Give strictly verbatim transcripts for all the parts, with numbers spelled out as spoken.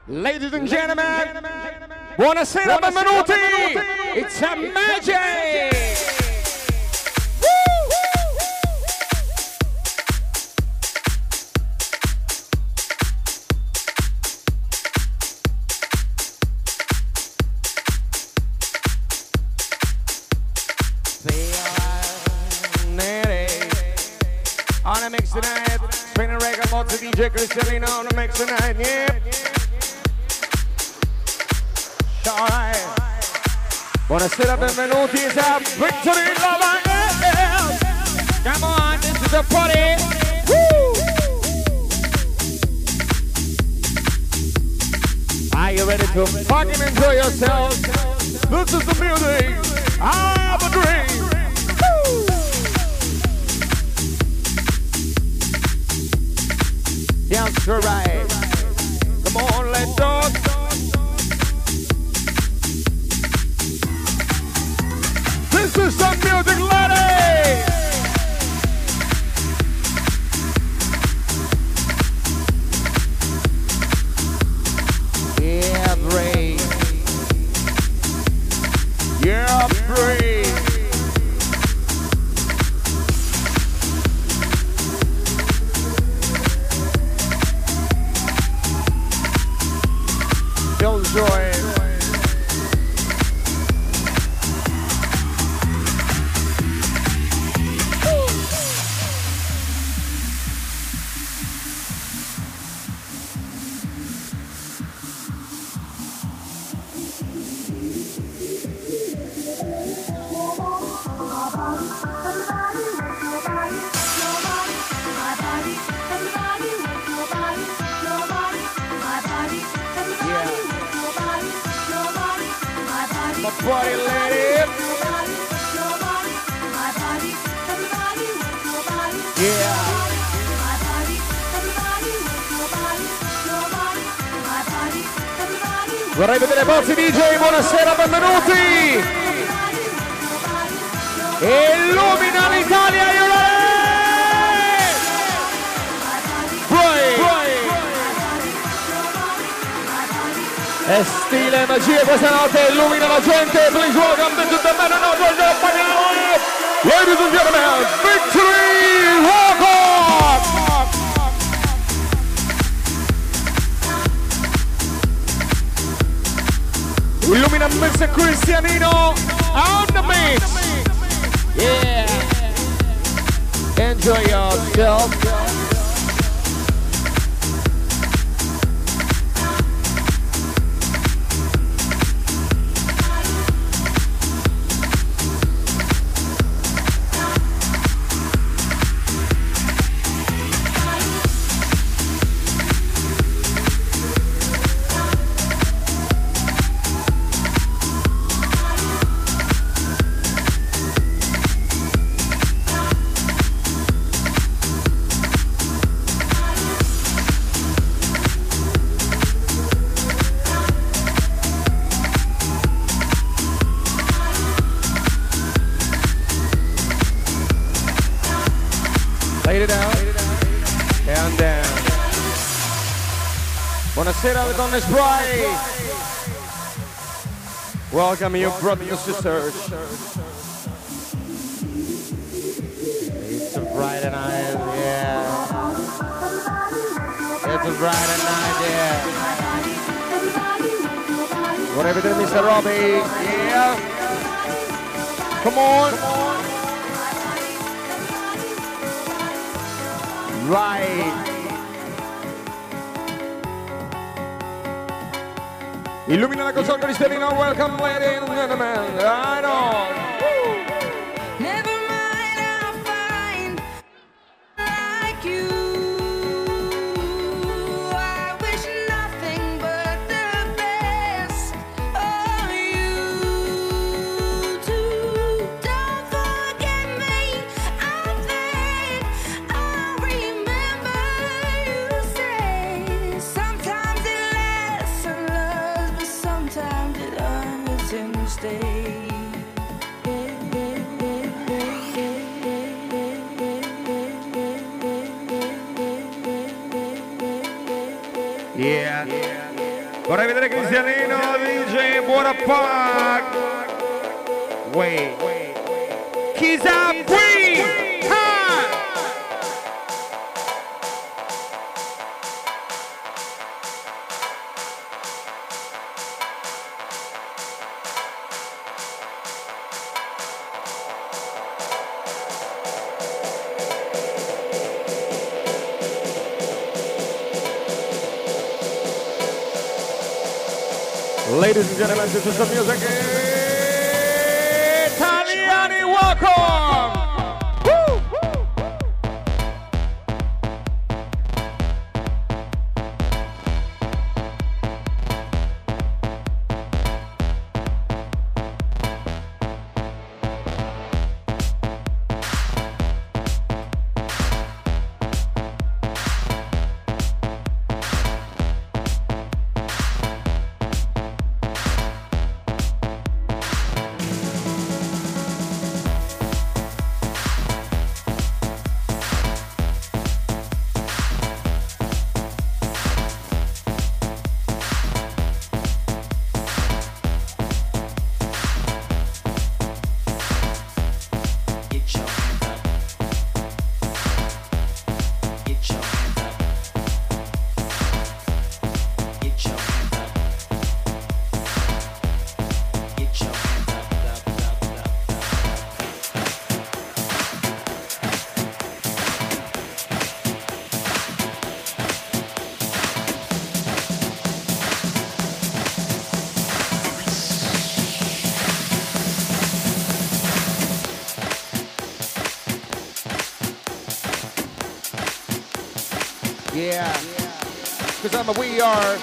Ladies and gentlemen, buonasera, benvenuti! It's a magic! On the mix tonight, spinning reggae, Mozart D J Cristianino on the mix tonight, yeah. Alright. Buonasera, benvenuti, it's a Victory Love, yeah. Come on, this is a party. Woo! Are you ready to fucking enjoy yourselves? This is the music. I have a dream. Woo! That's right. Come on, let's talk. This is some music, ladies. Yeah, breathe. Yeah, breathe. Feel the joy. Party lady. Yeah. Vorrei vedere Bozzi D J, buonasera, benvenuti. Illumina l'Italia, you ready? Poi. È stile e magia questa notte, illumina la gente, please welcome to the man and of the panel. Ladies and gentlemen, Victory Walk-Off! Illumina mister Cristianino on the mix. Yeah. Enjoy yourself. And down. Buonasera alle donne spray. Welcome you brothers and sisters. It's a Friday night, yeah. It's a Friday night, yeah. Vorrei vedere mister Robbie, yeah. Come on. Right. Illumina la console Cristianino, welcome ladies and gentlemen. I know. Never mind, I'll find like you. I wish nothing but the best for you too. Don't forget me, I think I remember you say sometimes it lasts and loves, but sometimes it hurts and stays. Vorrei vedere Cristianino, D J, buona pack. Wait. Keys up, free. Ha! Ladies and gentlemen, this is the music. Italiani, welcome! Woo! Yeah, because I'm a we are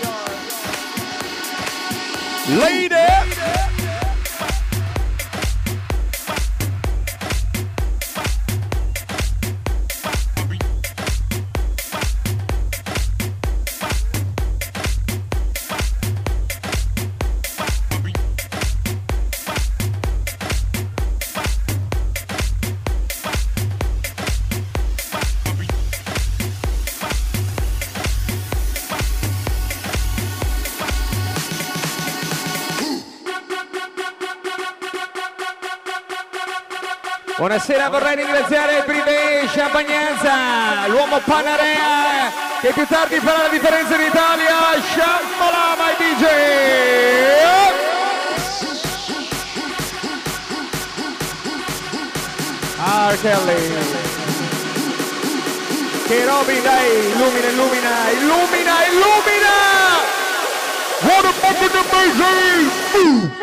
lady. Buonasera, vorrei ringraziare il privé Champagnanza, l'uomo Panarea, che più tardi farà la differenza in Italia. Sciambola, my D J! R. Kelly. Che Robin, dai, illumina, illumina, illumina, illumina! What a fucking amazing!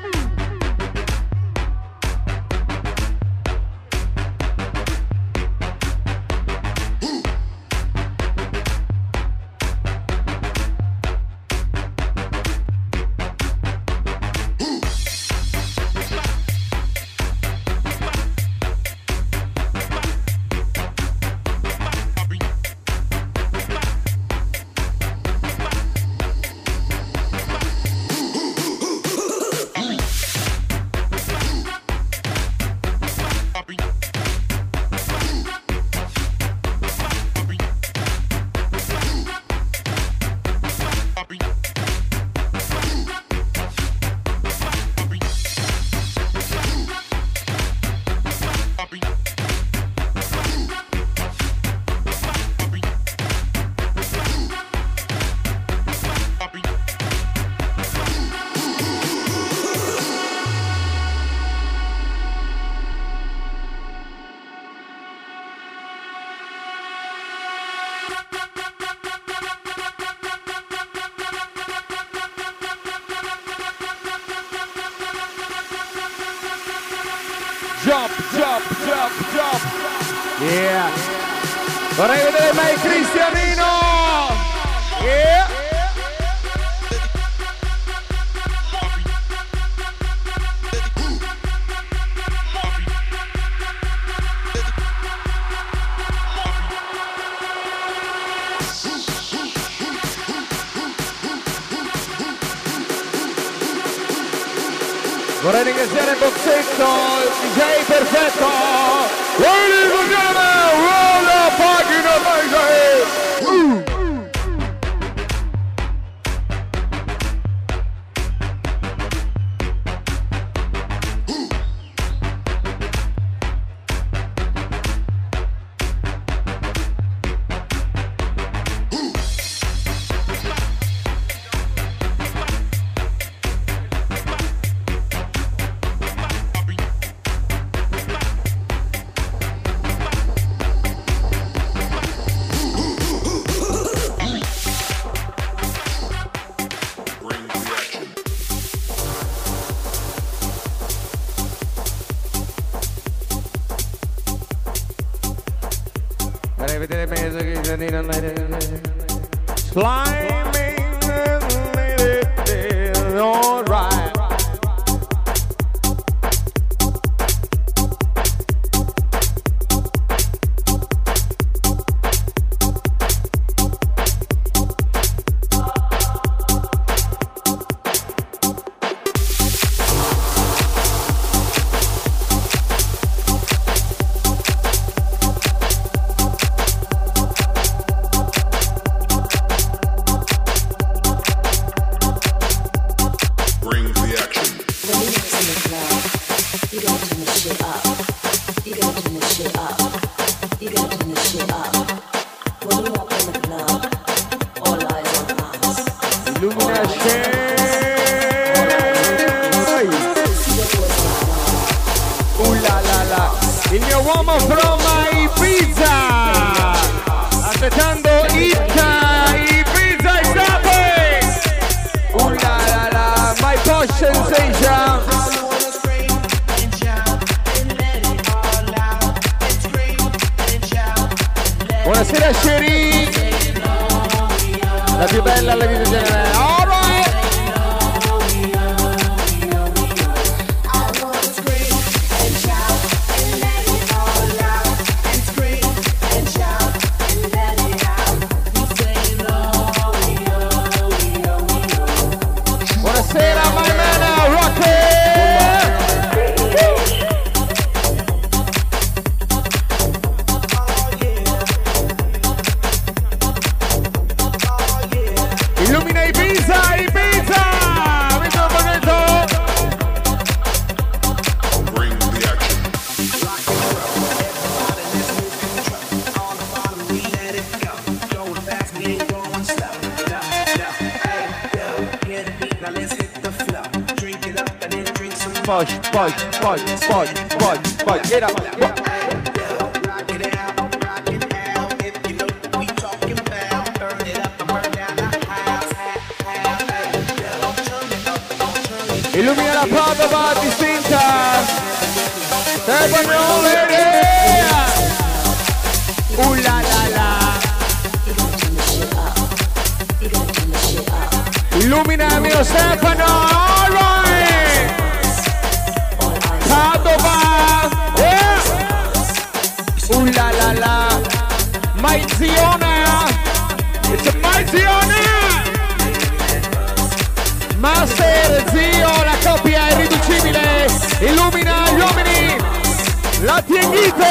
Jump, jump, jump, jump. Yeah. Vorrei vedere mai Cristianino. Yeah. Vorrei ringraziare Bozzetto, il D J perfetto. Ladies and gentlemen, roll the fucking amazing. Climbing and all right. Il mio uomo from Ibiza, aspettando Ita, Ibiza is stopping. Ooh la la la, my posh sensation. Buonasera Sherry, la più bella alla vita generale. All right. Buonasera, my man, Rocky! Illumina Ibiza, Ibiza! Mi sono bonito! Bring the action. Push, push, push, push, push, push, get up. Illumina la Padova distinta. Stefano Lady. Uh la la la. Illumina mio Stefano. All right. Padova. Yeah. Uh la la la. Maizione. It's a Maizione. Master Zio, la coppia è irriducibile, illumina gli uomini, la Tienghite,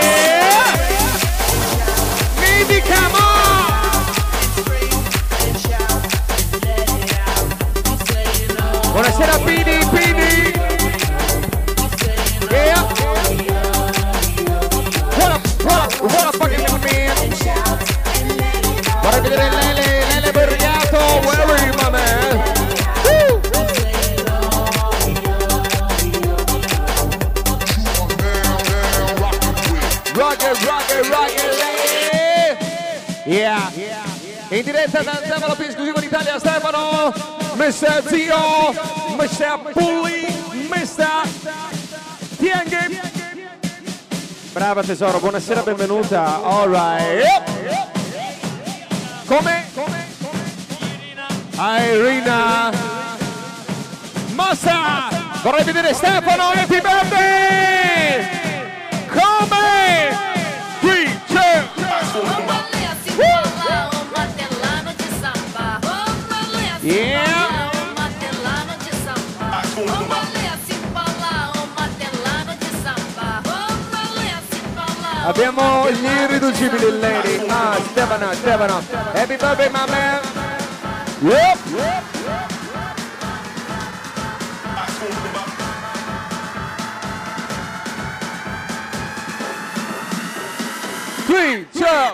Midicamo. Buonasera Pini, Pini. Yeah. What up, what up, what up fucking little man. Vorrei vedere Lele, Lele Berriato, where are you my man? Rocket, rocket, rocket, yeah. In diretta dal tavolo più esclusivo d'Italia, Stefano, mister Zio, mister Pulli, mister Tienghi. Brava tesoro, buonasera, benvenuta. All right. Come? Irina. Massa. Vorrei vedere Stefano, happy birthday. Come? three, two, yeah. Abbiamo gli irriducibili lady. Ah, Stefano, Stefano. Happy birthday, my man. Yep. Three, two.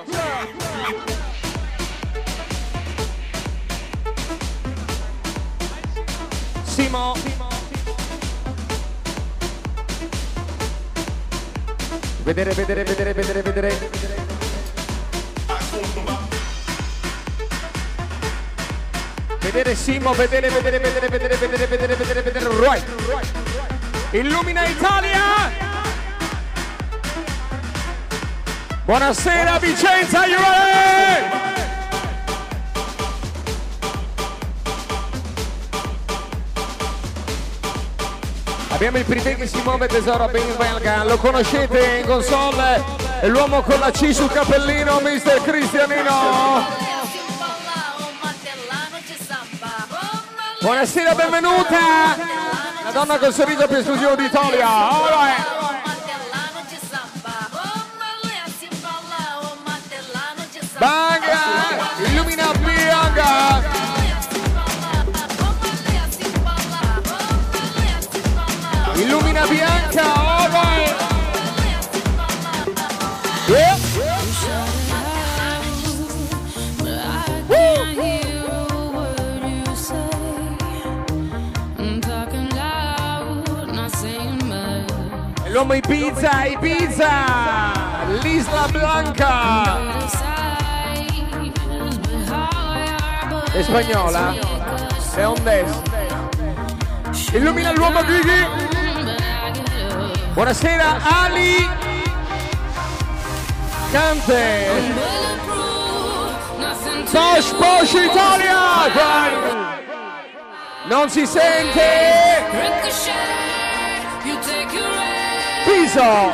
Simo. Vedere, vedere, vedere, vedere, vedere. Vedere Simo, vedere, vedere, vedere, vedere, vedere, vedere, vedere, vedere, right. Illumina Italia. Buonasera Vicenza, you ready? Abbiamo il Prite che si muove, tesoro ben belga, lo conoscete in console, è l'uomo con la C sul cappellino, mister Cristianino. Buonasera, benvenuta, la donna col sorriso più esclusivo d'Italia. All right. Banga, illumina Bianca. Illumina Bianca, all right. Yeah. L'uomo Ibiza, Ibiza, l'Isla Blanca. È spagnola? È ondes. Illumina l'uomo Gigi. Buonasera Ali. Cante. Posh Posh Italia. Non si sente. Piso.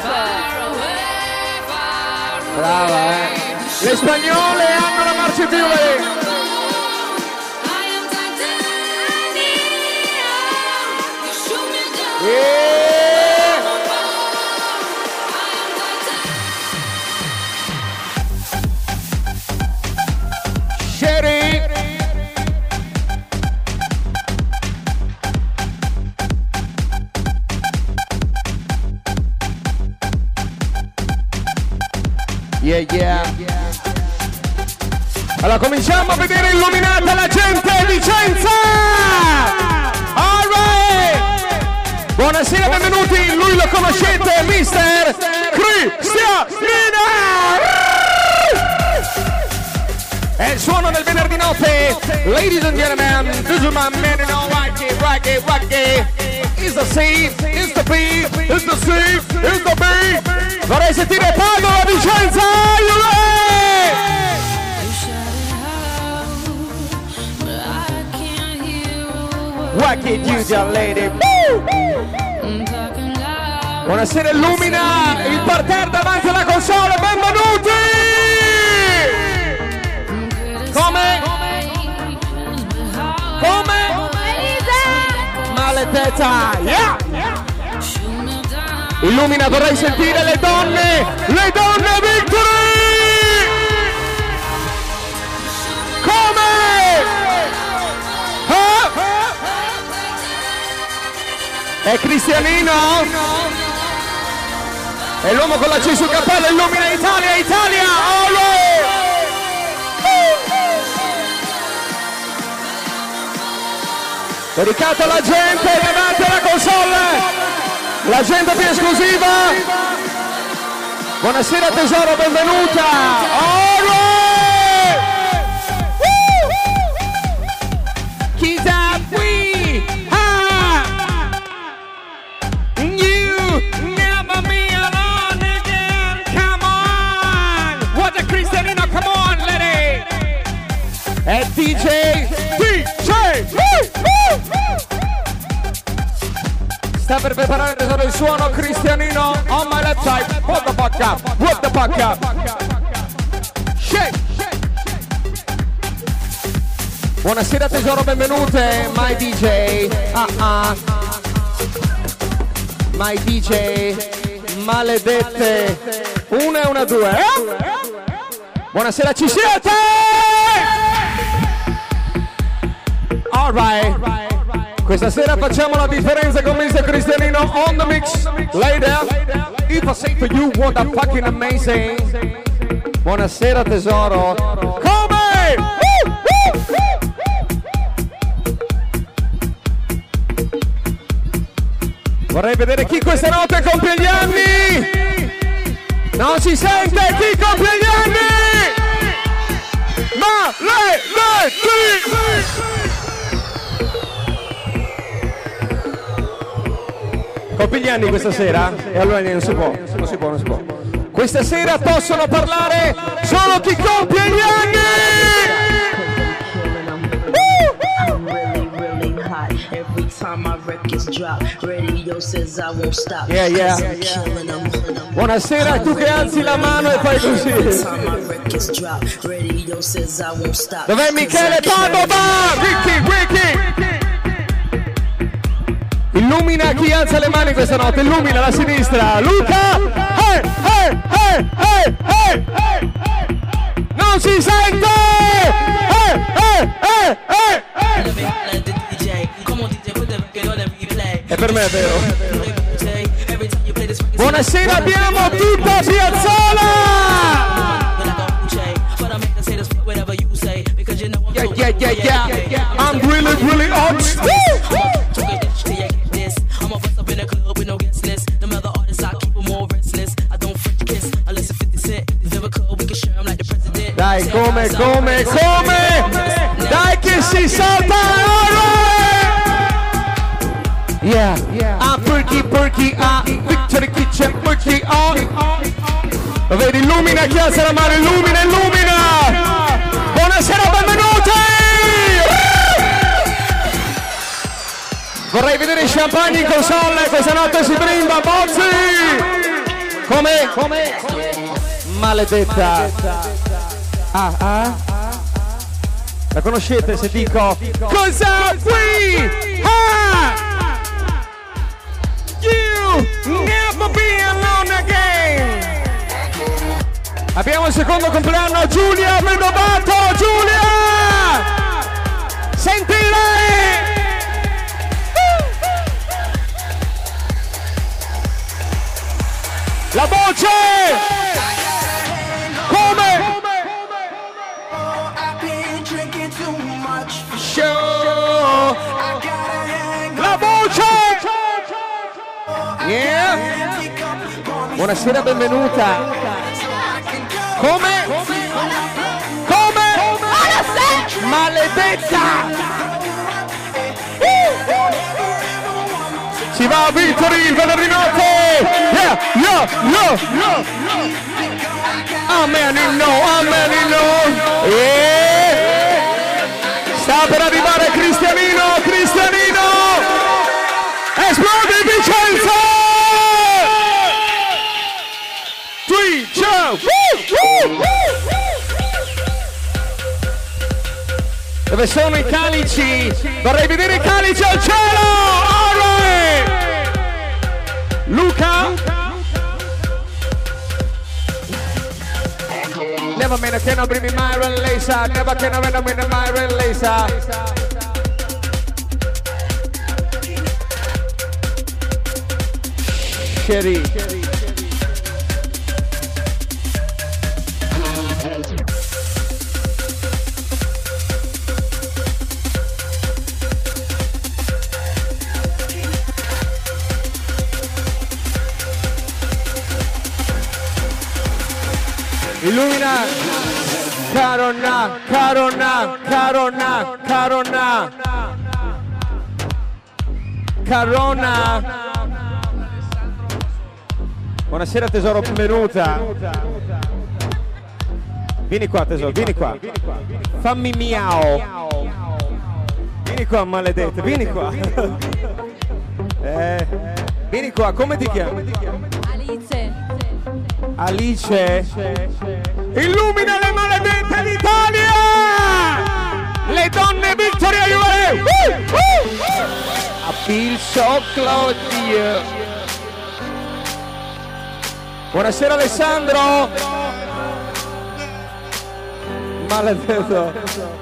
Brava, eh. Le spagnole hanno la marciapiede. Yeah. Sherry. Yeah, yeah. Allora cominciamo a vedere illuminata la gente Vicenza. All right. Buonasera, benvenuti, lui lo conoscete, mister Cristianino! È il suono del venerdì notte, ladies and gentlemen, this is my man in all wacky, wacky, wacky. It's the C, it's the B, it's the C, it's the B. Vorrei sentire Padova, Vicenza, you ready? Wacky Giugia lady. Buonasera, illumina il parterre davanti alla console, benvenuti! Come? Come? Maledetta! Yeah! Illumina, vorrei sentire le donne! Le donne Victory! Come? È Cristianino? È l'uomo con la C sul cappello, illumina Italia, Italia! Olè! Dedicato alla gente davanti alla console! La gente più esclusiva! Buonasera tesoro, benvenuta! Olè! Chissà qui! È D J, D J, sta per preparare tesoro il suono Cristianino on my left side. What the fuck up, what the fuck up. Shake. Buonasera tesoro, benvenute, my D J, ah ah, my D J, maledette, una e una due, eh? Buonasera, ci siete? Alright, questa sera facciamo la differenza con mister Cristianino on the mix. Later, if I say to you what a fucking amazing. Buonasera tesoro. Come? Uh, uh, uh. Vorrei vedere chi questa notte compie gli anni. Non si sente chi compie gli anni. Ma le le le. Compie gli anni questa sera? E allora non si può, non si può, non si può. Questa sera possono parlare solo chi compie gli anni. Yeah, yeah. Buonasera, tu che alzi la mano e fai così. Dov'è Michele Padova? Ricky, Ricky. Illumina chi alza le mani questa notte, illumina la sinistra. Luca! Hey, hey, hey, hey, hey, hey. Non si sente! Hey, hey, hey, hey, hey. E per me è vero. Buonasera, abbiamo tutta Piazzola! Yeah, yeah, yeah, yeah. I'm really, really hot. Dai, come, come, come? Dai che si salta! Yeah, yeah. I'm perky, perky, ah, Victory Kitchen, perky, ah. Lo vedi, illumina, chi alza la mano, illumina, illumina! Buonasera, benvenuti! Vorrei vedere i champagne in console, questa notte si brinda, Bozzi! Come? Come? Maledetta! Ah, ah? La conoscete se dico cosa qui? Ah! You never be alone again! Abbiamo il secondo compleanno, Giulia Vedovato, Giulia! Senti lei! La voce! Come? Show! La voce! Yeah! Buonasera, benvenuta! Come? Come? Maledetta! Si va a Victory il venerdì notte! Yeah, yeah, yeah, yeah! Amen, no, amen, no! Yeah! Sta per arrivare Cristianino, Cristianino! Esplode Vicenza! Three, two, woo, woo, woo. Dove sono i calici? Vorrei vedere i calici al cielo! Ore! Luca? Never mean I cannot bring me my Lisa. Never can I bring me my Lisa. Sherry. Illumina, Carona, Carona, Carona, Carona, Carona. Buonasera tesoro, benvenuta. Vieni qua tesoro, vieni qua. Fammi miau. Vieni qua maledetta, vieni qua. Eh, vieni qua, come ti chiami? Alice. Alice, illumina le maledette d'Italia! Le donne Victoria Juve! Uh, uh. I feel so close to you. Buonasera Alessandro! Maledetto!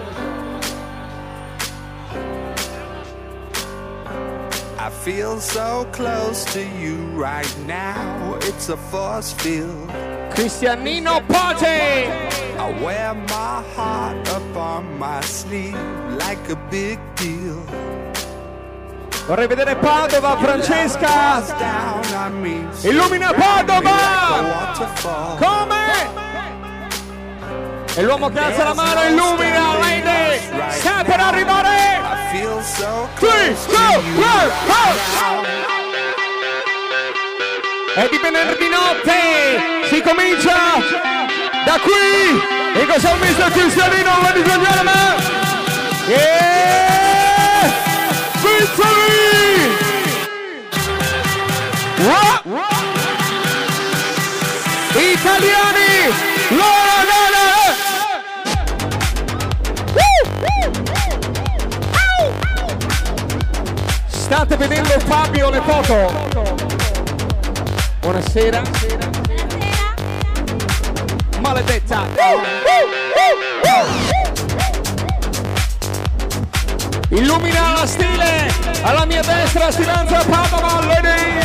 I feel so close to you right now. It's a force field. Cristianino Pote! I wear my heart up on my sleeve like a big deal. Vorrei vedere Padova, Francesca! Down on me, Illumina Padova! Come? E l'uomo che alza la mano, illumina, Lady! Sta per arrivare! I feel so Three, close two, to you one, right go! now. Ed di venerdì notte si comincia da qui e cos'è il mister Cristianino, ladies and gentlemen, yeah! Victory! What? Italiani, loro state vedendo Fabio le foto? Buonasera. Maledetta. Illumina la stile. Alla mia destra si lancia Padova, lady.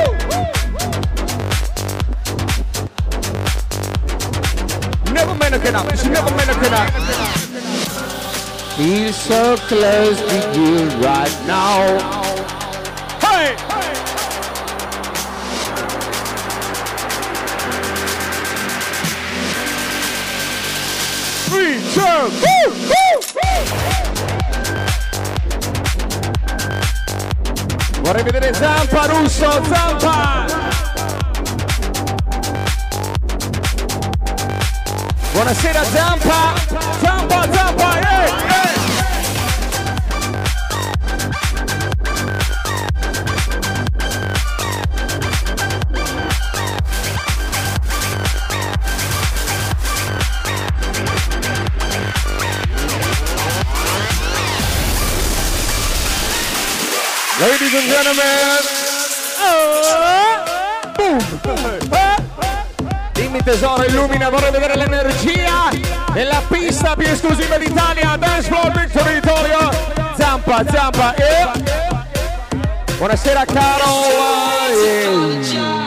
Never mannequin up. She never mannequin up. Feel so close to you right now. Hey! Three, two, woo, woo, woo. Vorrei vedere Zampa, Russo, Zampa! Buonasera Zampa! Zampa, Zampa, ehi, ehi! Ladies and gentlemen, oh, boom. Dimmi tesoro, illumina, vorrei vedere l'energia della pista più esclusiva d'Italia, Dance Floor Victory Italia. Zampa, Zampa, e buonasera Carol.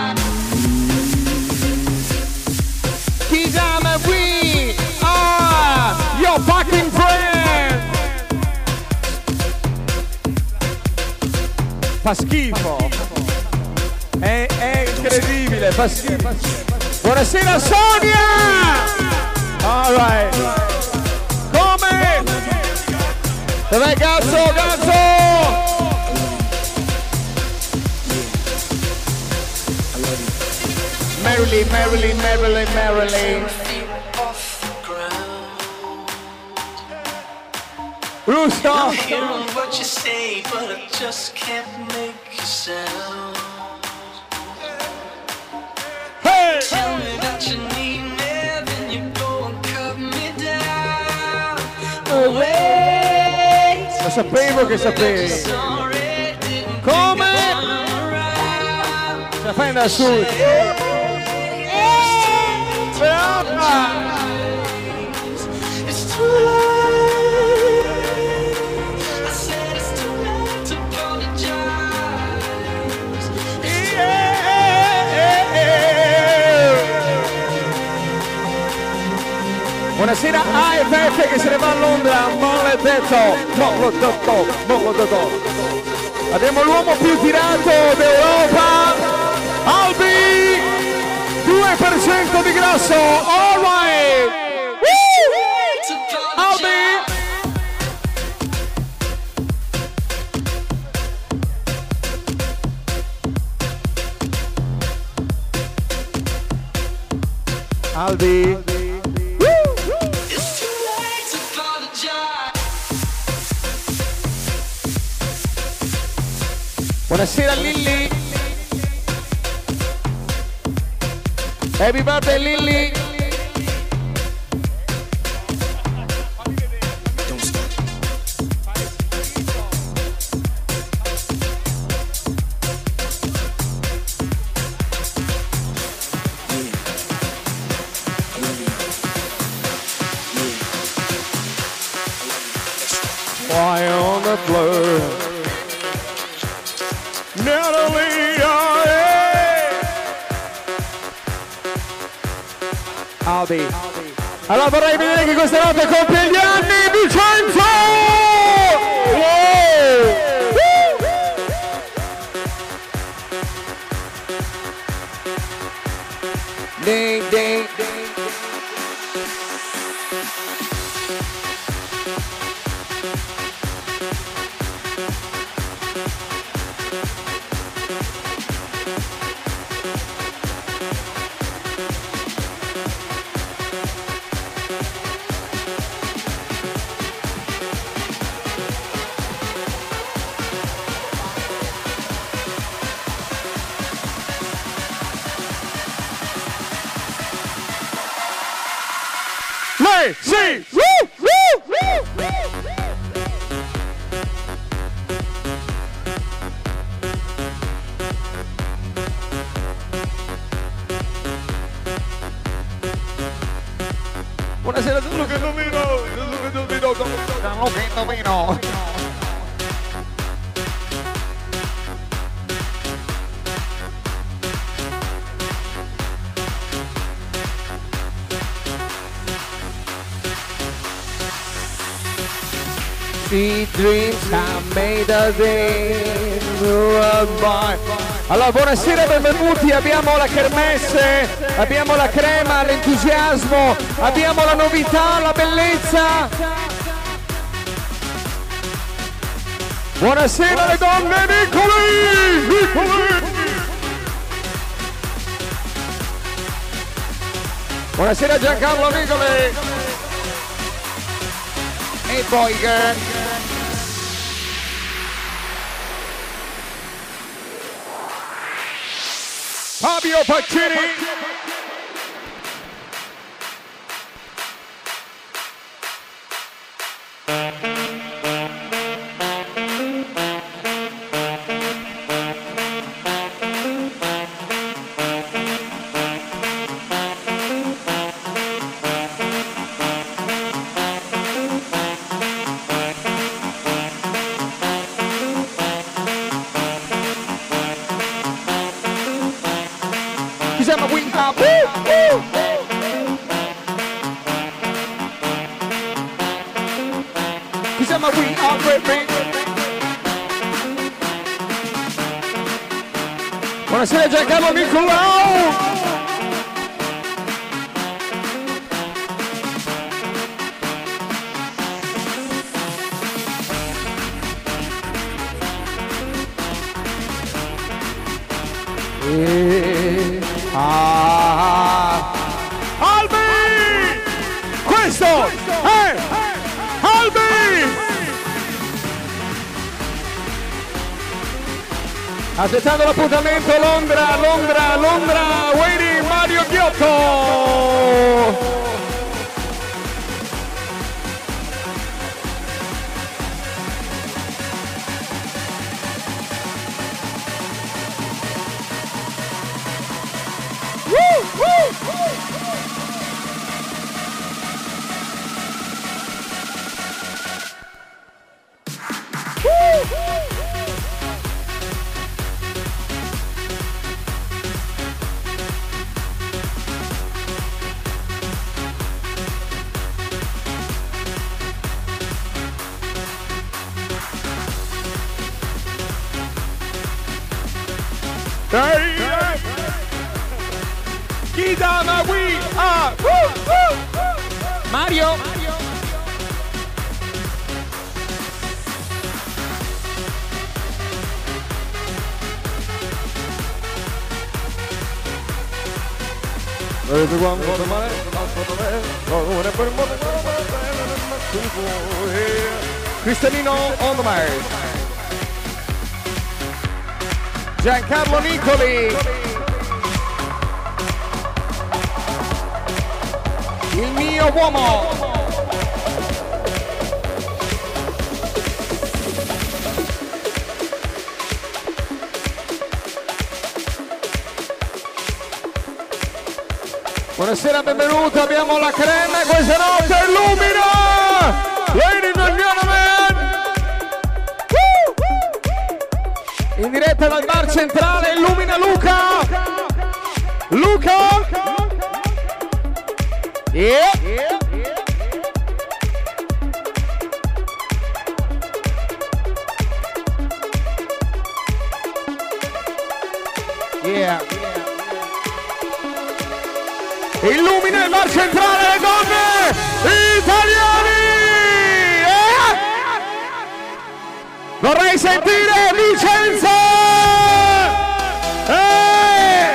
Kisama, we are your fucking friend. Fa schifo, è, è incredibile, fa schifo. Buonasera Sonia! Alright. Come? Dov'è Gazzo, Gazzo? Marilyn, Marilyn, Marilyn, Marilyn. Russo! I'm hearing what you say, but I just can't make you sound. Hey! Tell me that you need me, then you go and cut me down. Oh, wait. Lo sapevo che sapevi. Sorry, didn't Come? around. La fai da sud. It's too late. I said it's too late to apologize. It's too Buonasera A F F che se ne va a Londra, maledetto, maledetto, maledetto. Abbiamo l'uomo più tirato d'Europa, Albi, due per cento di grasso, all right. Woo! Albi. Albi. It's too late to apologize. Buonasera Lilli. Happy birthday Lilli. Why on the floor? Natalie, hey! Albi. Allora vorrei vedere che questa notte compie gli anni Vincenzo! Wow! Ding, ding, ding. sì, sì. Woo, woo, woo, woo. Buonasera, tutto che domino, tutto che domino, tutto che domino. Sweet dreams are made of it, boy. Allora, buonasera, benvenuti, abbiamo la kermesse, abbiamo la crema, l'entusiasmo, abbiamo la novità, la bellezza. Buonasera le donne, Nicoli! Nicoli! Buonasera Giancarlo Nicoli! E poi girl! Fabio Pacini! Siamo qui a uh, uh. Siamo qui a baby. Buonasera Giancarlo Nicolau. E... Ah, Albi! Questo è Albi! Aspettando l'appuntamento Londra, Londra, Londra, waiting Mario Ghiotto! Hey, hey. Kidama, we are woo, woo. Mario. Cristalino on the mic. Giancarlo Nicoli, il mio uomo. Buonasera, benvenuto, abbiamo la crema, questa notte illumina! Ladies and gentlemen! In diretta dal bar centrale, illumina Luca! Luca! Yeah! Yeah! Illumina il bar centrale, le donne italiani! Yeah! Vorrei sentire Vicenza! Eh!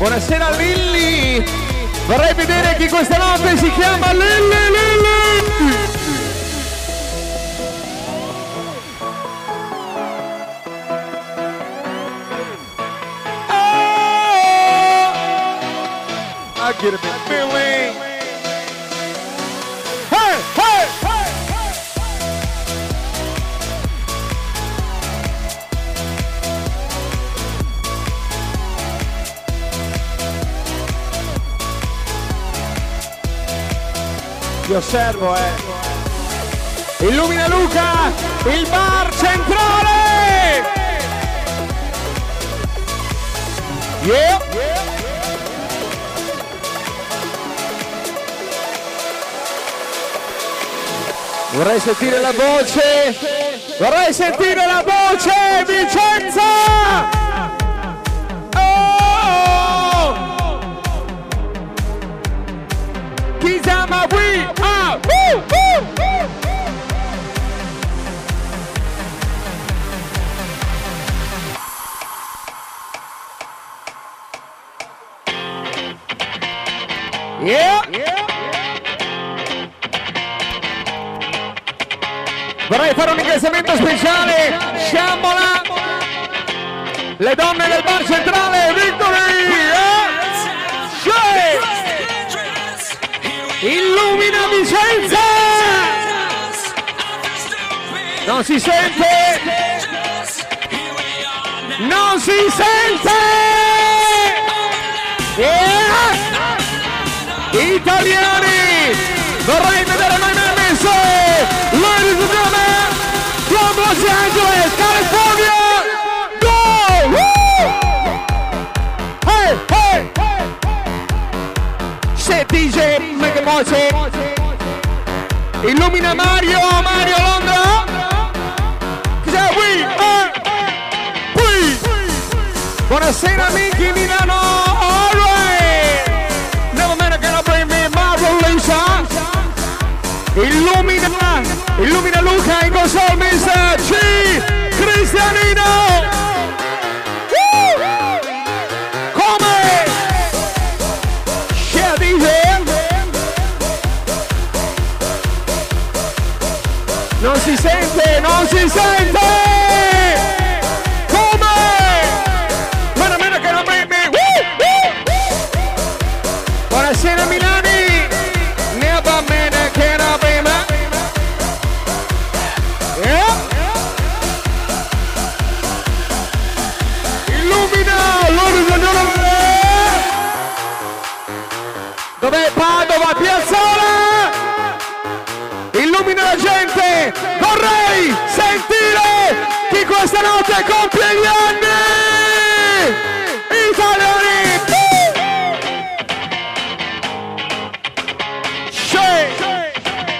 Buonasera Lilli. Vorrei vedere chi questa notte si chiama Lilli Lilli. I get a bit feeling. Hey, hey, hey, Io osservo, eh. Illumina Luca, il bar centrale. Yeah. Vorrei sentire la voce, vorrei sentire la voce, Vicenza! Oh! Chi chiama qui? Ah! Uh, uh, uh. Yeah! Yeah! Vorrei fare un ringraziamento speciale, Sciambola, le donne del bar centrale, Victory, eh? Illumina Vicenza! Non si sente! Non si sente! Yeah! Italiani! Vorrei vedere mai messo! Ladies and gentlemen, from Los Angeles, California, go! Woo! Hey, hey! Shit, D J, make it more shit. Illumina Mario, Mario Londra. Cos'è qui? Eh? Qui! Buonasera amici Milano, all right! Never man gonna bring me my Lisa. Illumina, illumina Luca in console, mister C, Cristianino! Woo! Come? Share D J! Non si sente, non si sente! Come? Meno meno che non mi... Buonasera Milani! Never meno che non dov'è Padova, Piazzola? Illumina la gente! Vorrei sentire chi questa notte compie gli anni! Italiani! Shake!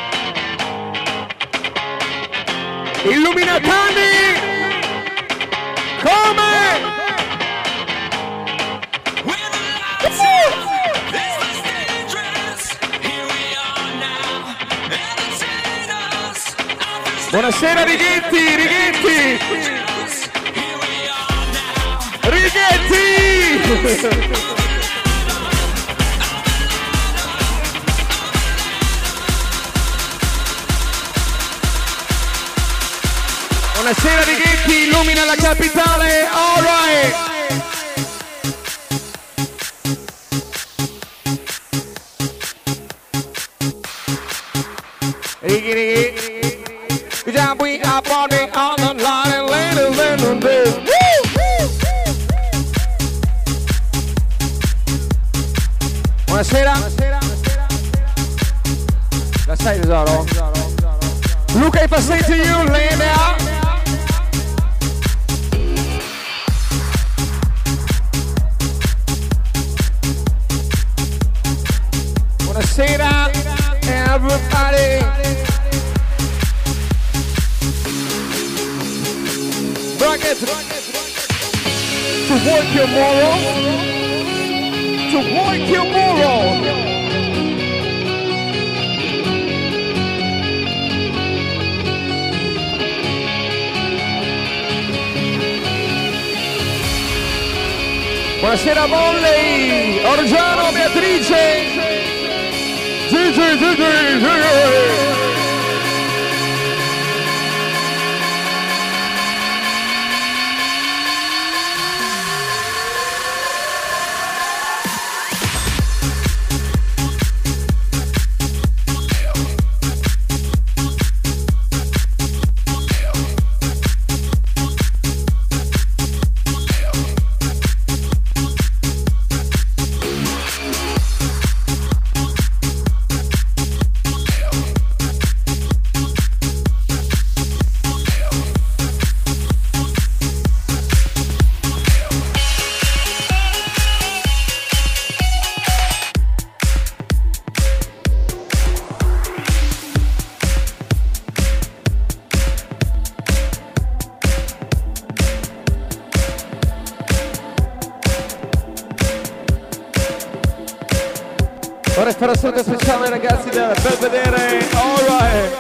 Illumina Tanni! Come? Buonasera Righetti, Righetti! Righetti! Buonasera Righetti, illumina la capitale, all right! Righi, Righi. We are party on the line and ladies in the day. Buonasera. La sai tesoro? Luca, if I say to you, lay down. Buonasera, everybody. To work your moral, to work your moral. Buonasera Volley, Orgiano, Beatrice. Gigi, Gigi, Gigi. Vorrei fare un saluto speciale ai ragazzi del Belvedere, alright!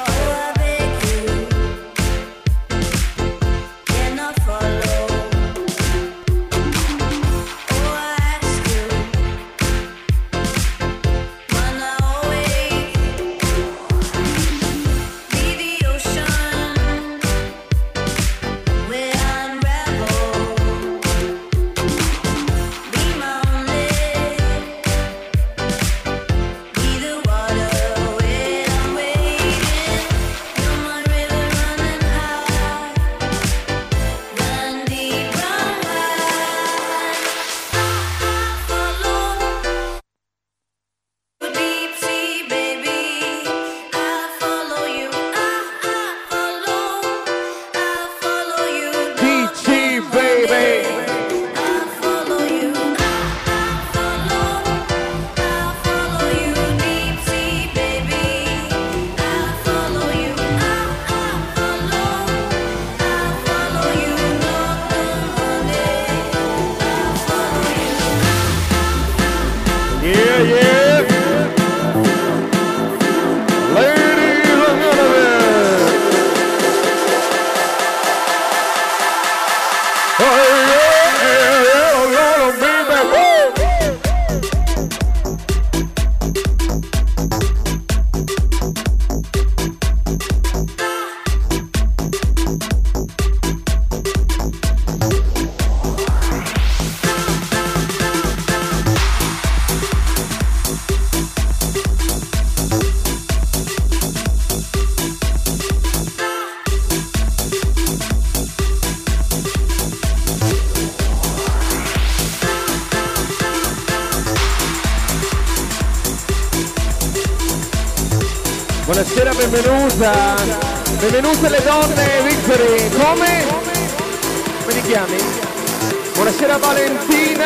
Buonasera, benvenuta. Benvenute le donne, Victory. Come? Come ti chiami? Buonasera Valentina.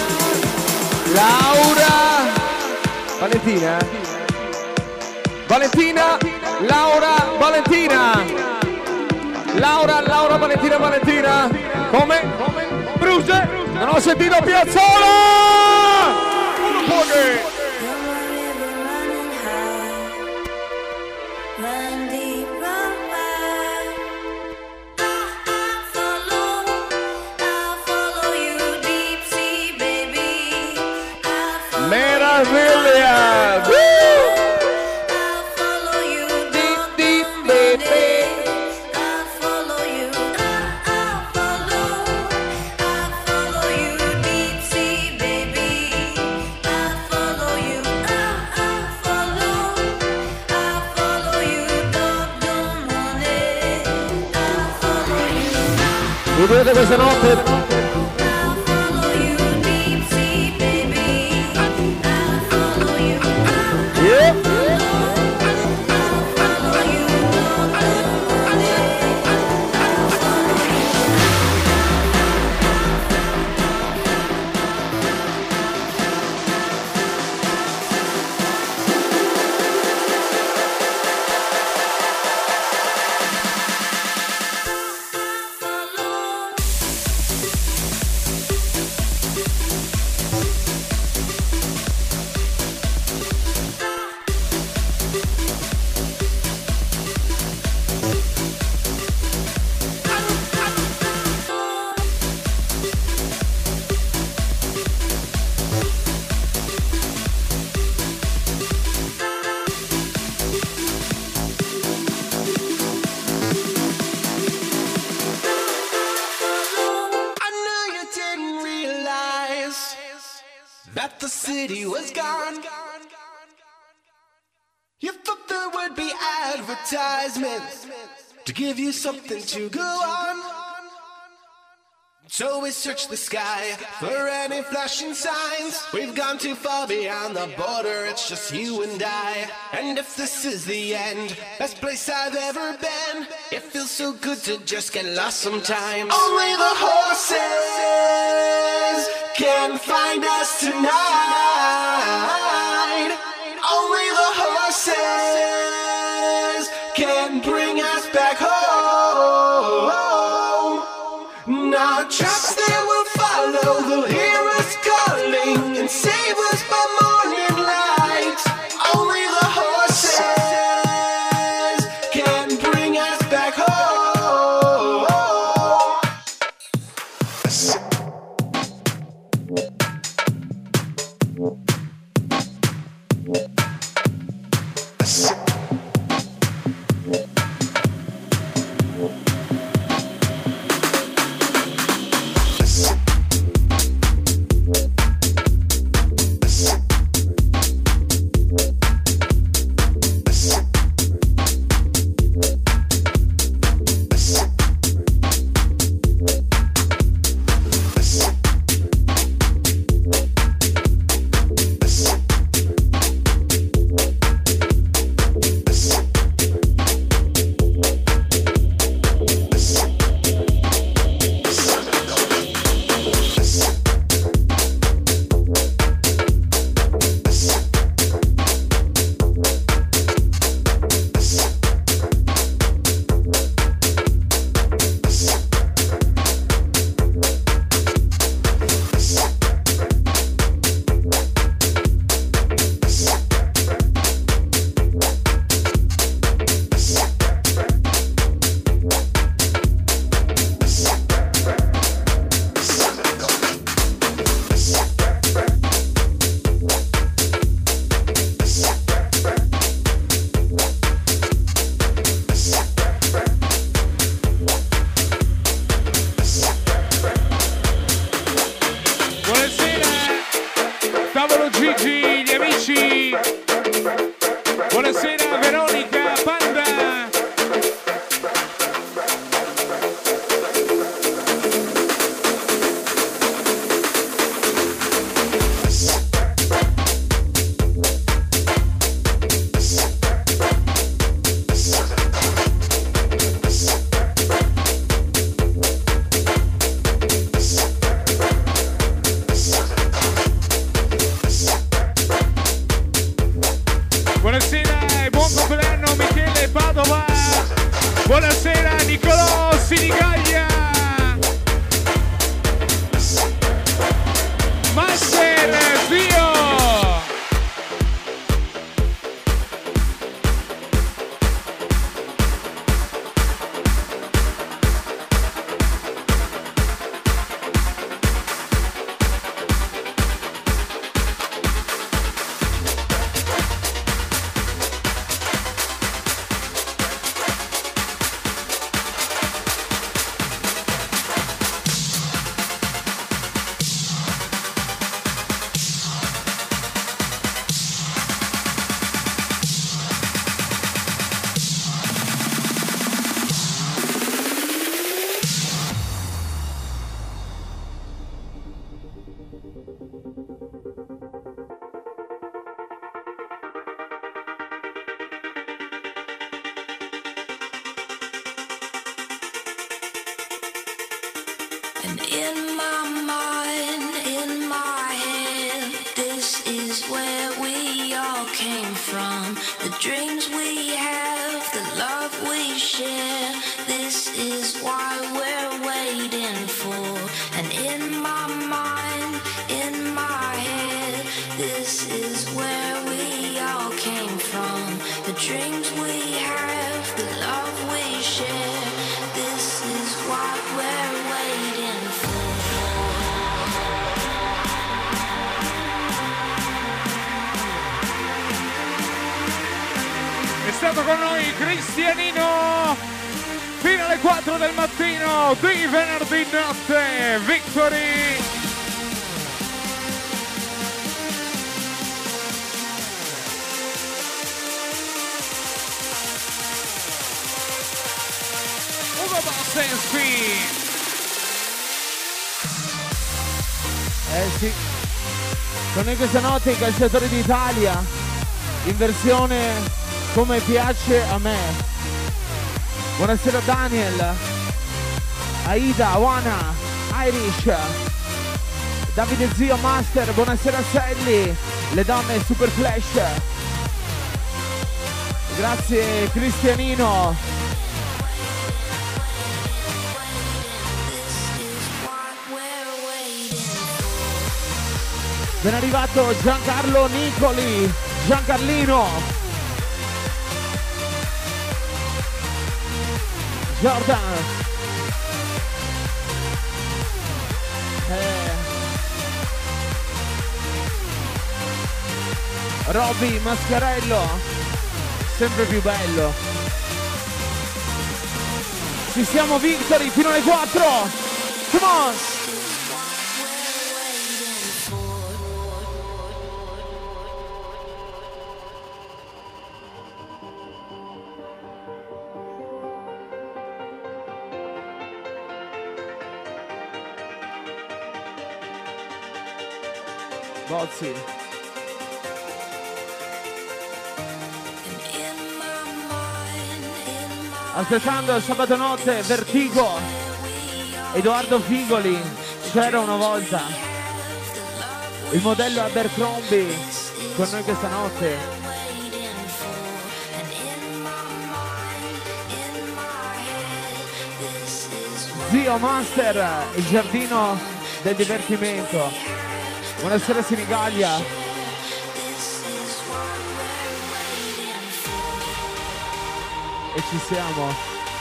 Laura. Valentina? Valentina. Laura. Valentina. Laura, Laura, Valentina, Valentina. Come? Bruce. Non ho sentito Piazzola. Un po' che... Meraviglia! Deep, deep, baby. Vedete questa notte? city was gone. You thought there would be advertisements to give you something to go on. So we search the sky for any flashing signs. We've gone too far beyond the border, it's just you and I. And if this is the end, best place I've ever been, it feels so good to just get lost sometimes. Only the horses can find us tonight. Only the horses can bring us back home. Now trucks they will follow, they'll hear us calling and save us by morning light. Only the horses can bring us back home. And in my mind, in my head, this is where we all came from. The dreams we have, the love we share, this is why we're waiting for. And in my mind, in my head, this is where we all came from. The dreams we have, the love we share, this is what we're waiting for. È stato con noi Cristianino fino alle quattro del mattino di venerdì notte. Victory! Same Speed. Eh sì. Con noi questa notte i calciatori d'Italia in versione come piace a me. Buonasera Daniel, Aida, Wana, Irish, Davide Zio, Master, buonasera Sally, le donne Super Flash. Grazie Cristianino. Ben arrivato Giancarlo Nicoli, Giancarlino, Jordan, eh. Robby Mascarello, sempre più bello. Ci siamo Victory fino alle quattro, come on! Bozzi. Aspettando il sabato notte, Vertigo, Edoardo Figoli, c'era una volta, il modello Abercrombie, con noi questa notte. Zio Master, il giardino del divertimento. Buonasera Senigallia. E ci siamo.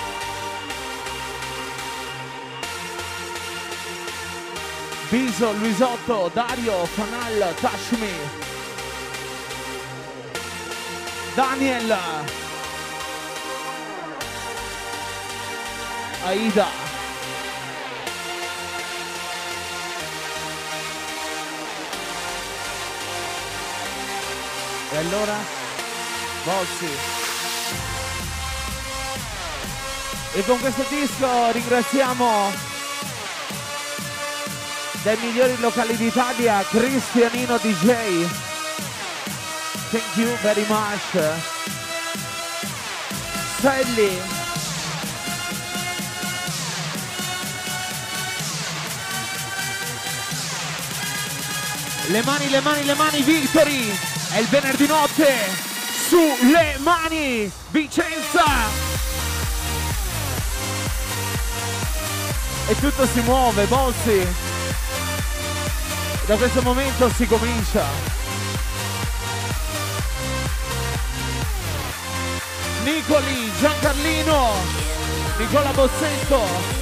Biso, Luisotto, Dario, Fanal, Touch Me. Daniel. Aida. E allora? Bossi. E con questo disco ringraziamo dai migliori locali d'Italia Cristianino D J. Thank you very much. Sally. Le mani, le mani, le mani, Victory! È il venerdì notte, sulle mani, Vicenza! E tutto si muove, Bossi. Da questo momento si comincia. Nicoli, Giancarlino, Nicola Bossetto.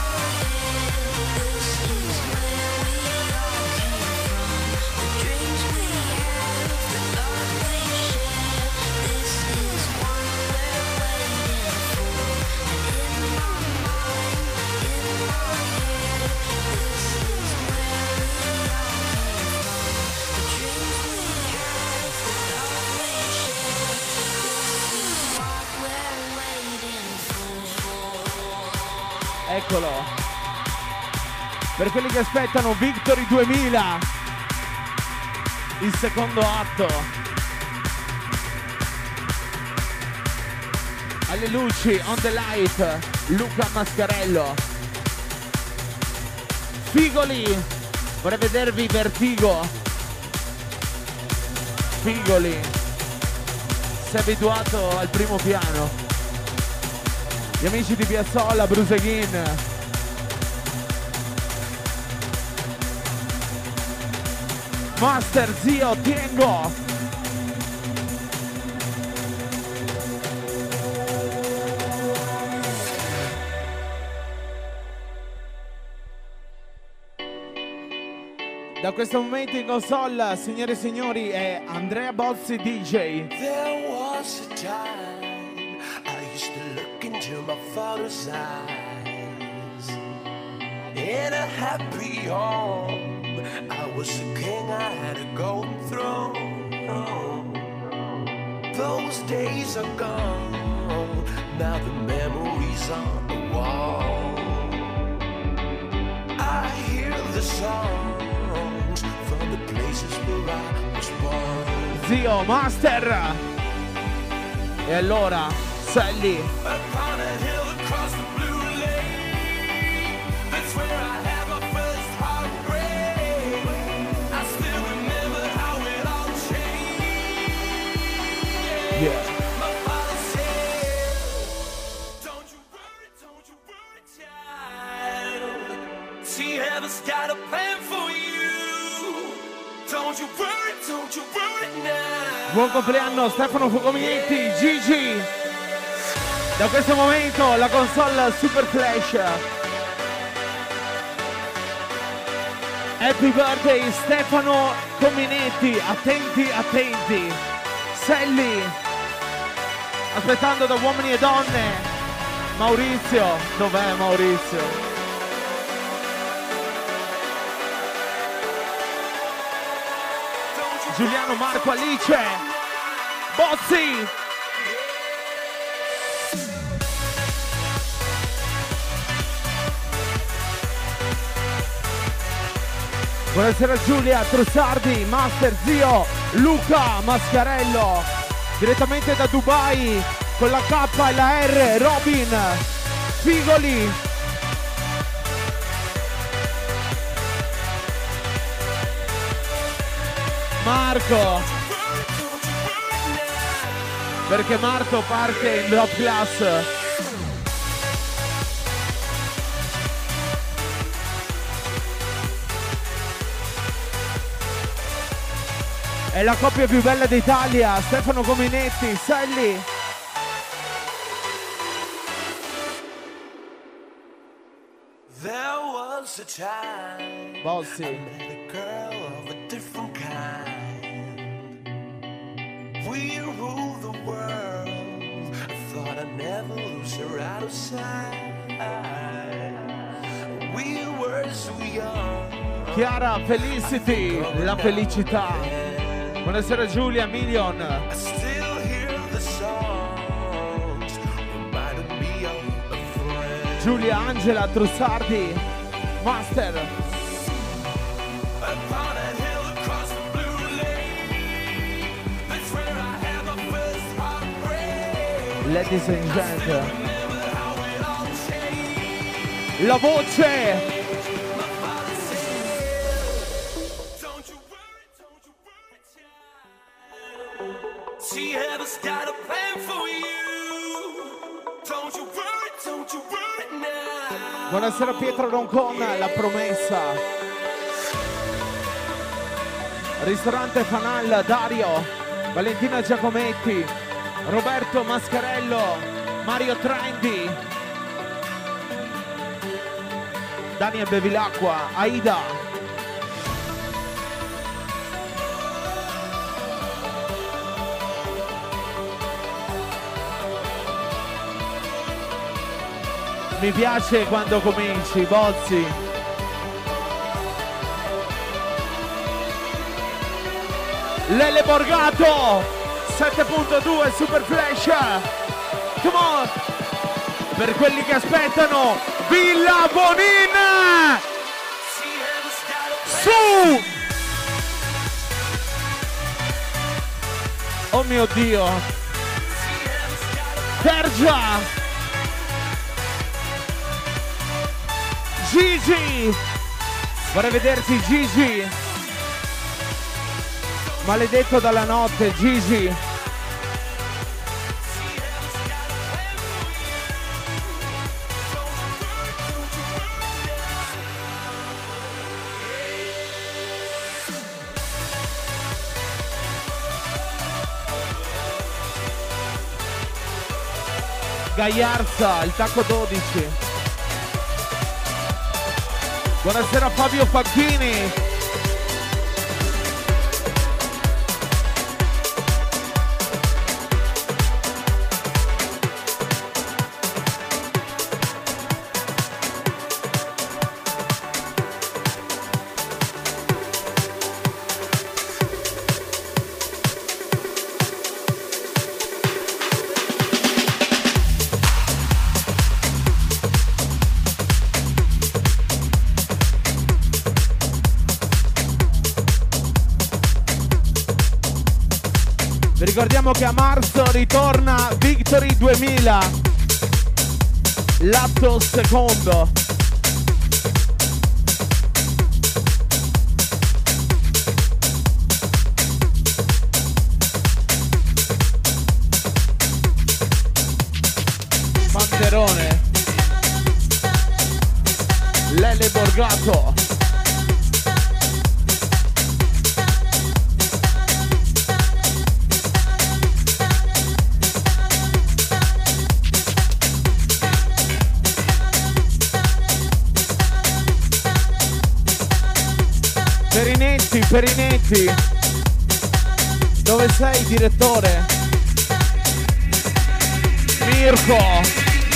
Eccolo, per quelli che aspettano Victory duemila, il secondo atto. Alle luci, on the light, Luca Mascarello. Figoli, vorrei vedervi Vertigo. Figoli, sei abituato al primo piano. Gli amici di Piazzolla, Bruseghin. Master, Zio, Tiengo. Da questo momento in console, signore e signori, è Andrea Bozzi D J. There was a time I used to look into my father's eyes. In a happy home, I was a king, I had a golden throne. Those days are gone, about the memories on the wall. I hear the songs from the places where I was born. Zio Master. E allora Sally. Upon a hill across the blue lake, that's where I had my first heartbreak. I still remember how it all changed. Yeah. My father said, don't you worry, don't you worry, child. See, heaven's got a plan for you. Don't you worry, don't you worry now. Buon compleanno Stefano Fucominetti, Gigi. Da questo momento la console Super Flash. Happy birthday Stefano Cominetti, attenti, attenti. Sally, aspettando da uomini e donne. Maurizio, dov'è Maurizio? Giuliano, Marco, Alice, Bozzi. Buonasera Giulia, Trussardi, Master, Zio, Luca, Mascarello, direttamente da Dubai, con la K e la R, Robin, Figoli. Marco, perché Marco parte in top class. È la coppia più bella d'Italia, Stefano Cominetti, Sally. There was a time Bossi. I met a girl of a different kind. We ruled the world. I thought I'd never lose her out of sight. We were so young. Chiara, Felicity, la felicità. Buonasera Giulia, Million. I still hear the songs, reminding me of a friend. Giulia, Angela, Trussardi, Master. Upon a hill across the blue lake, that's where I had my first heartbreak. Ladies and gentlemen. Remember how it all changed. La voce. My father said, don't you worry, don't you worry, child. See, heaven's got a plan for you. Don't you worry, don't you worry now. Buonasera Pietro Roncon, la promessa. Ristorante Fanal, Dario, Valentina Giacometti, Roberto Mascarello, Mario Trendi, Daniel Bevilacqua, Aida. Mi piace quando cominci, Bozzi. Lele Borgato, sette punto due Super Flash. Come on. Per quelli che aspettano, Villa Bonin. Su. Oh mio Dio. Tergia. Gigi! Vorrei vederti Gigi! Maledetto dalla notte, Gigi! Gagliarza, il tacco dodici. Buonasera Fabio Facchini. Ricordiamo che a marzo ritorna Victory duemila, l'atto secondo. Panterone, Lele Borgato. Perinetti, Perinetti, dove sei direttore? Mirko.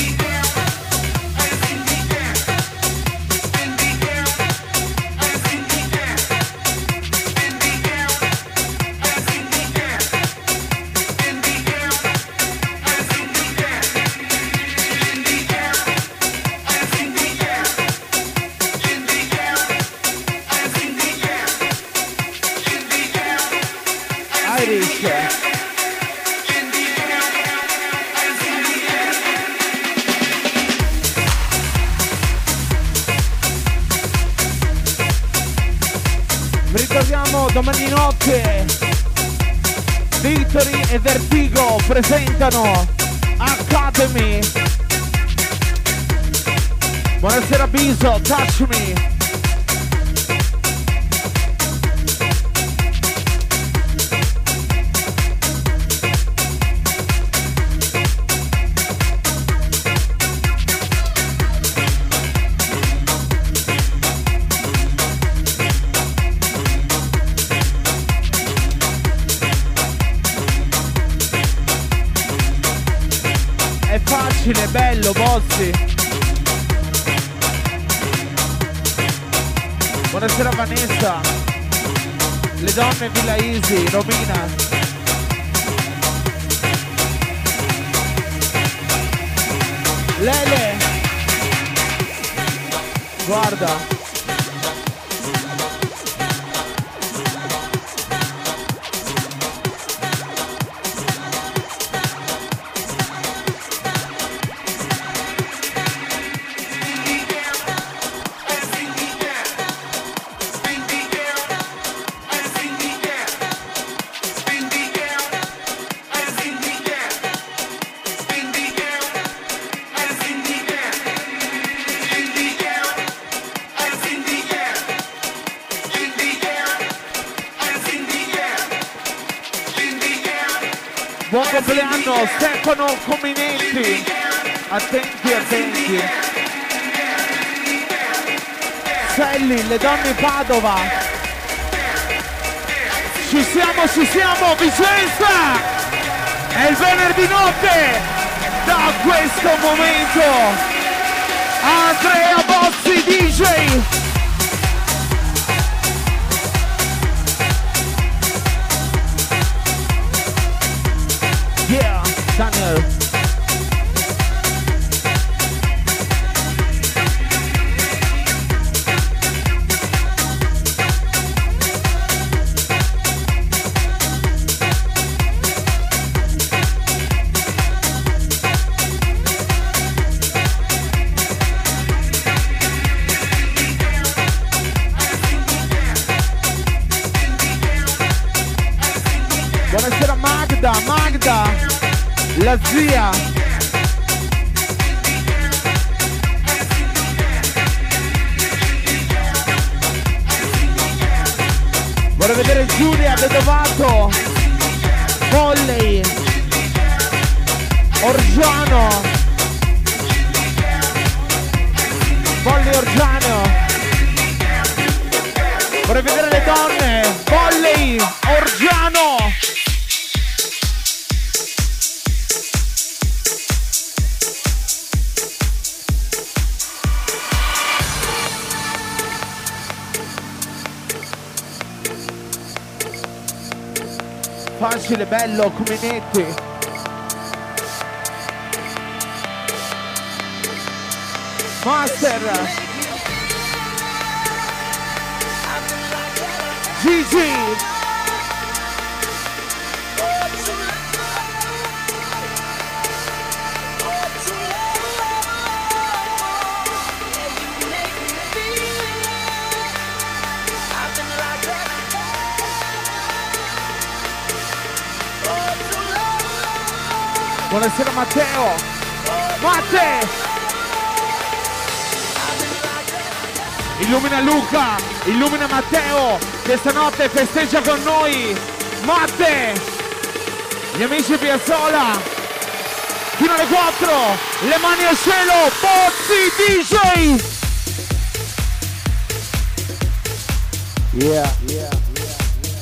Ricordiamo domani notte Victory e Vertigo presentano Academy. Buonasera Biso, Touch Me. Facile, bello, Bozzi. Buonasera Vanessa. Le donne Villa Easy, Romina. Lele. Guarda. Buon compleanno Stefano Cominetti. Attenti, attenti. Selli, le donne Padova. Ci siamo, ci siamo, Vicenza! È il venerdì notte! Da questo momento Andrea Bozzi D J. Yeah, Daniel. Buonasera Magda, Magda, la zia. Vorrei vedere Giulia Vedovato, Volley, Orgiano, Volley Orgiano. Vorrei vedere le donne, Volley, Orgiano. Facile, bello, Cominetti. Master Gigi. Buonasera Matteo. Matte. Illumina Luca, illumina Matteo, che stanotte festeggia con noi. Matte. Gli amici Piazzola. Fino alle quattro. Le mani al cielo. Bozzi D J. Yeah, yeah, yeah.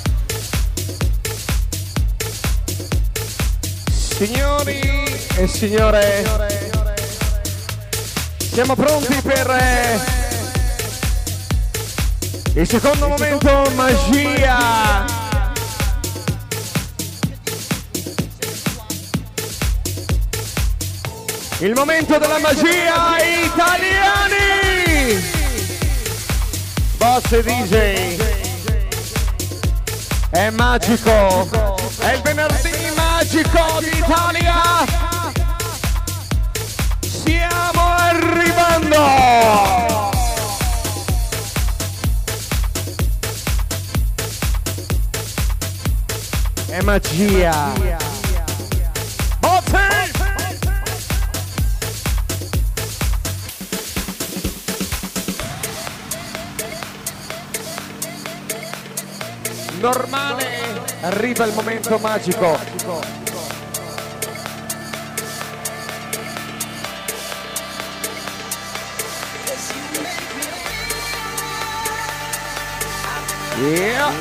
Signori e signore, siamo pronti per eh, il secondo momento magia. Il momento della magia italiani. Boss e D J. È magico. È il venerdì magico d'Italia. Stiamo arrivando. È magia. Botte! Normale, arriva il momento magico. Yeah.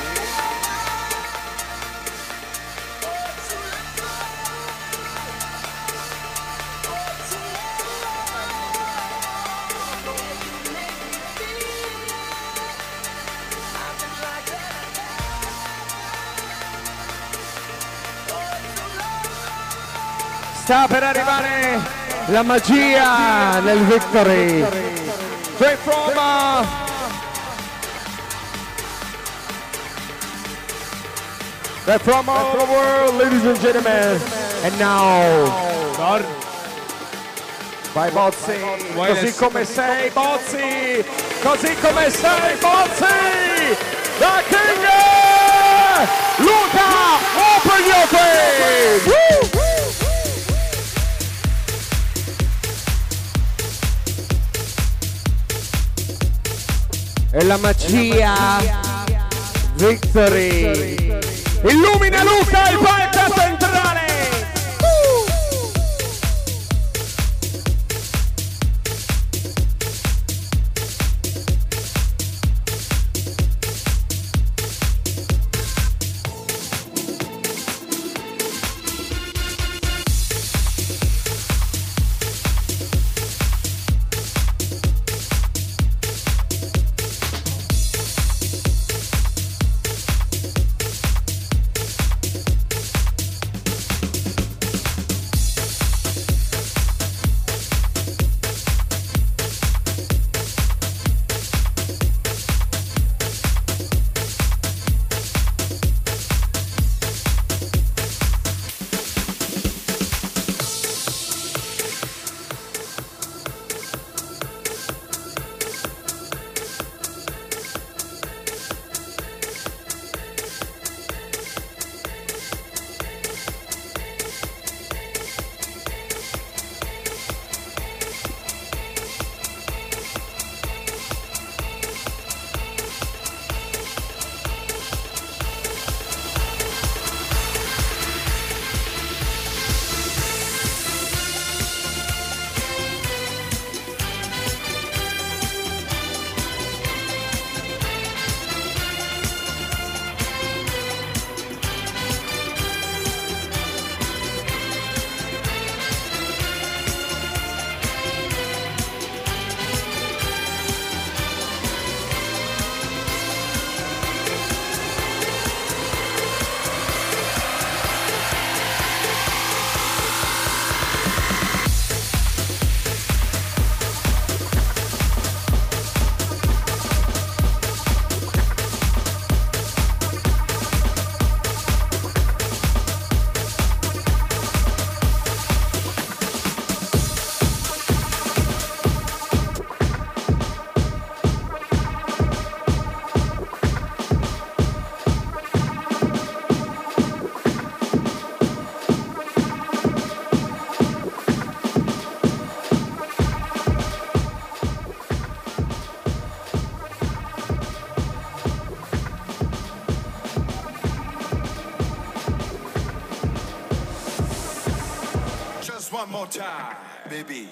Sta per arrivare la magia nel Victory. Straight from uh, straight from all over the world, ladies and gentlemen. And now, vai Bozzi, così come sei Bozzi, così come sei Bozzi, da King Luca, open your face. Woo! E la magia Victory. Illumina Luca il palco centrale. one more time, baby.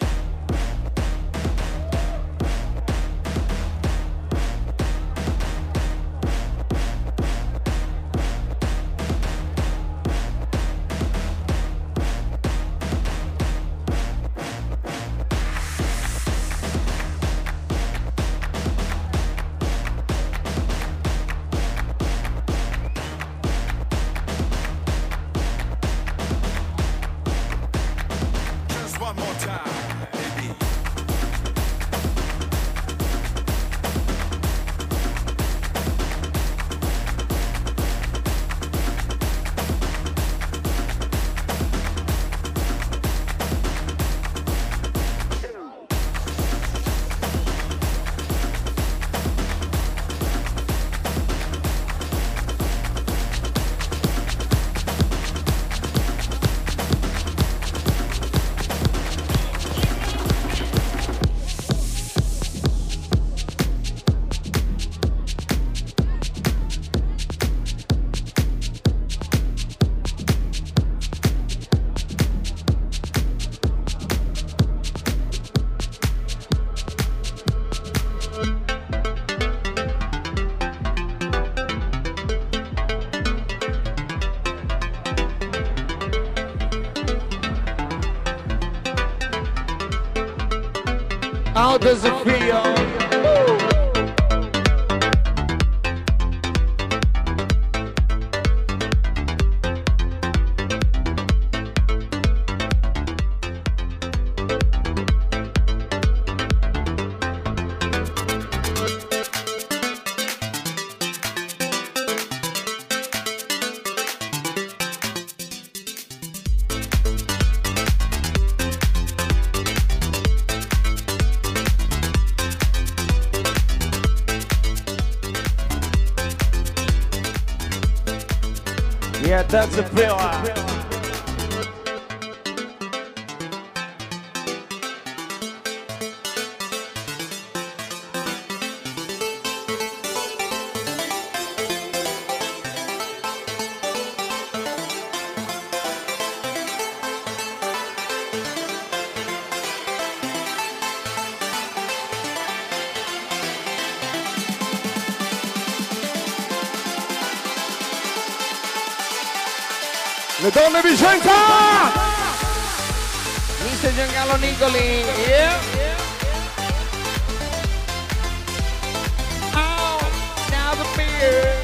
How does it feel? Yeah, that's a feel. Le donne Vicenza! mister Giancarlo Nicoli, yeah! Oh, now the beer!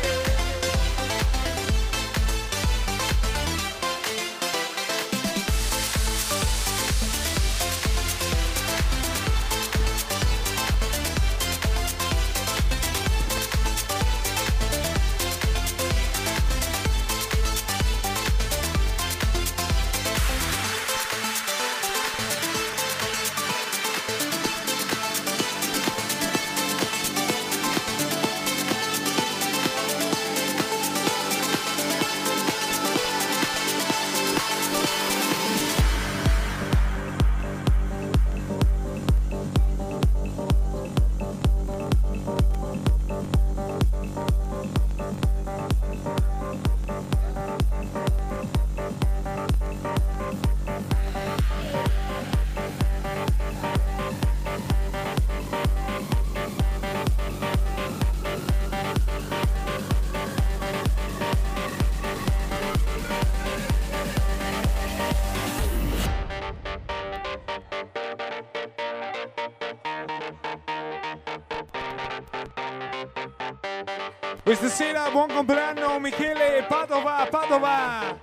Questa sera buon compleanno Michele Padova, Padova!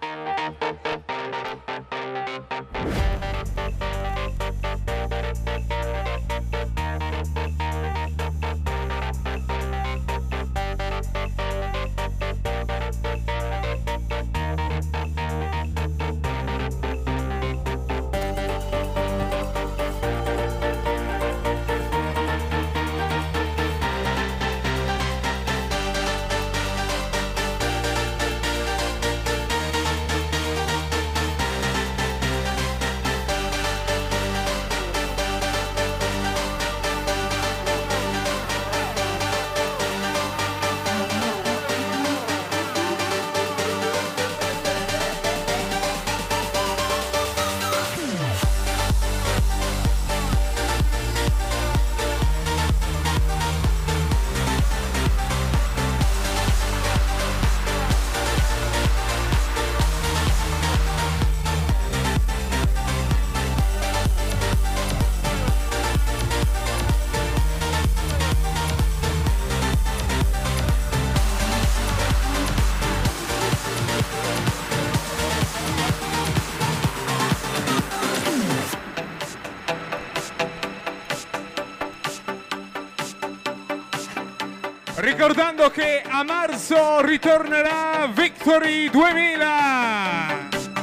Ricordando che a marzo ritornerà Victory duemila.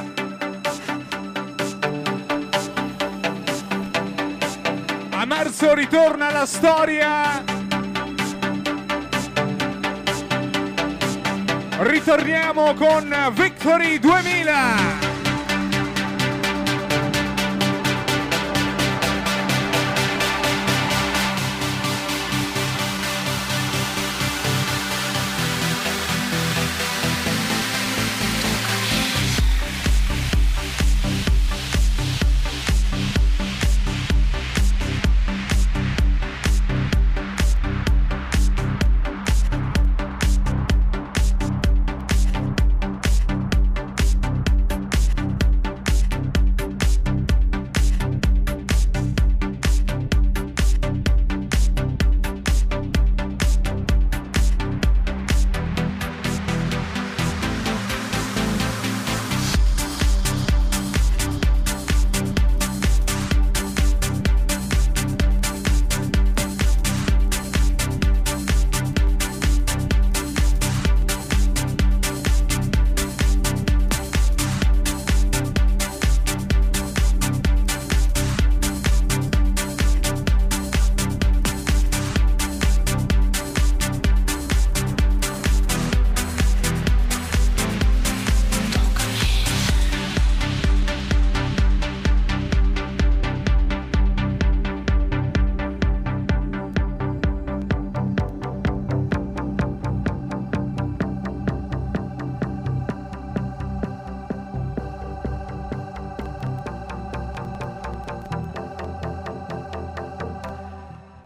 A marzo ritorna la storia. Ritorniamo con Victory duemila.